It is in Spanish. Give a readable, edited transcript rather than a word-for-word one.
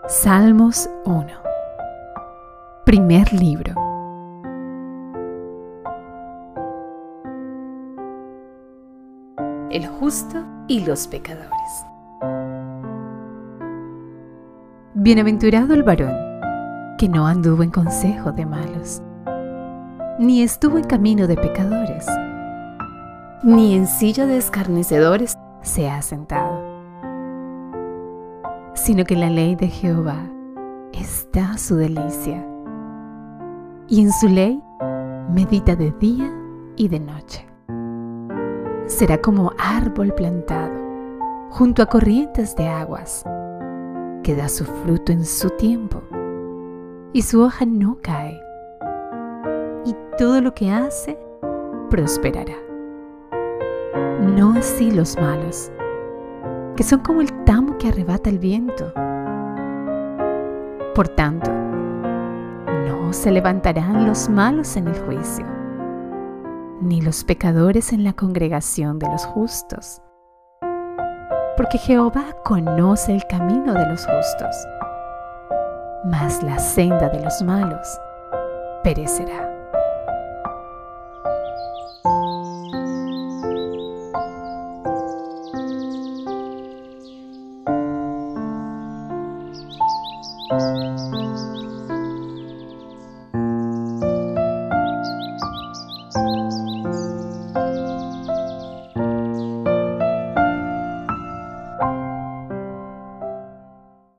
Salmos 1. Primer libro. El justo y los pecadores. Bienaventurado el varón que no anduvo en consejo de malos, ni estuvo en camino de pecadores, ni en silla de escarnecedores se ha sentado, sino que en la ley de Jehová está su delicia, y en su ley medita de día y de noche. Será como árbol plantado junto a corrientes de aguas, que da su fruto en su tiempo, y su hoja no cae, y todo lo que hace prosperará. No así los malos, que son como el tamo que arrebata el viento. Por tanto, no se levantarán los malos en el juicio, ni los pecadores en la congregación de los justos. Porque Jehová conoce el camino de los justos, mas la senda de los malos perecerá.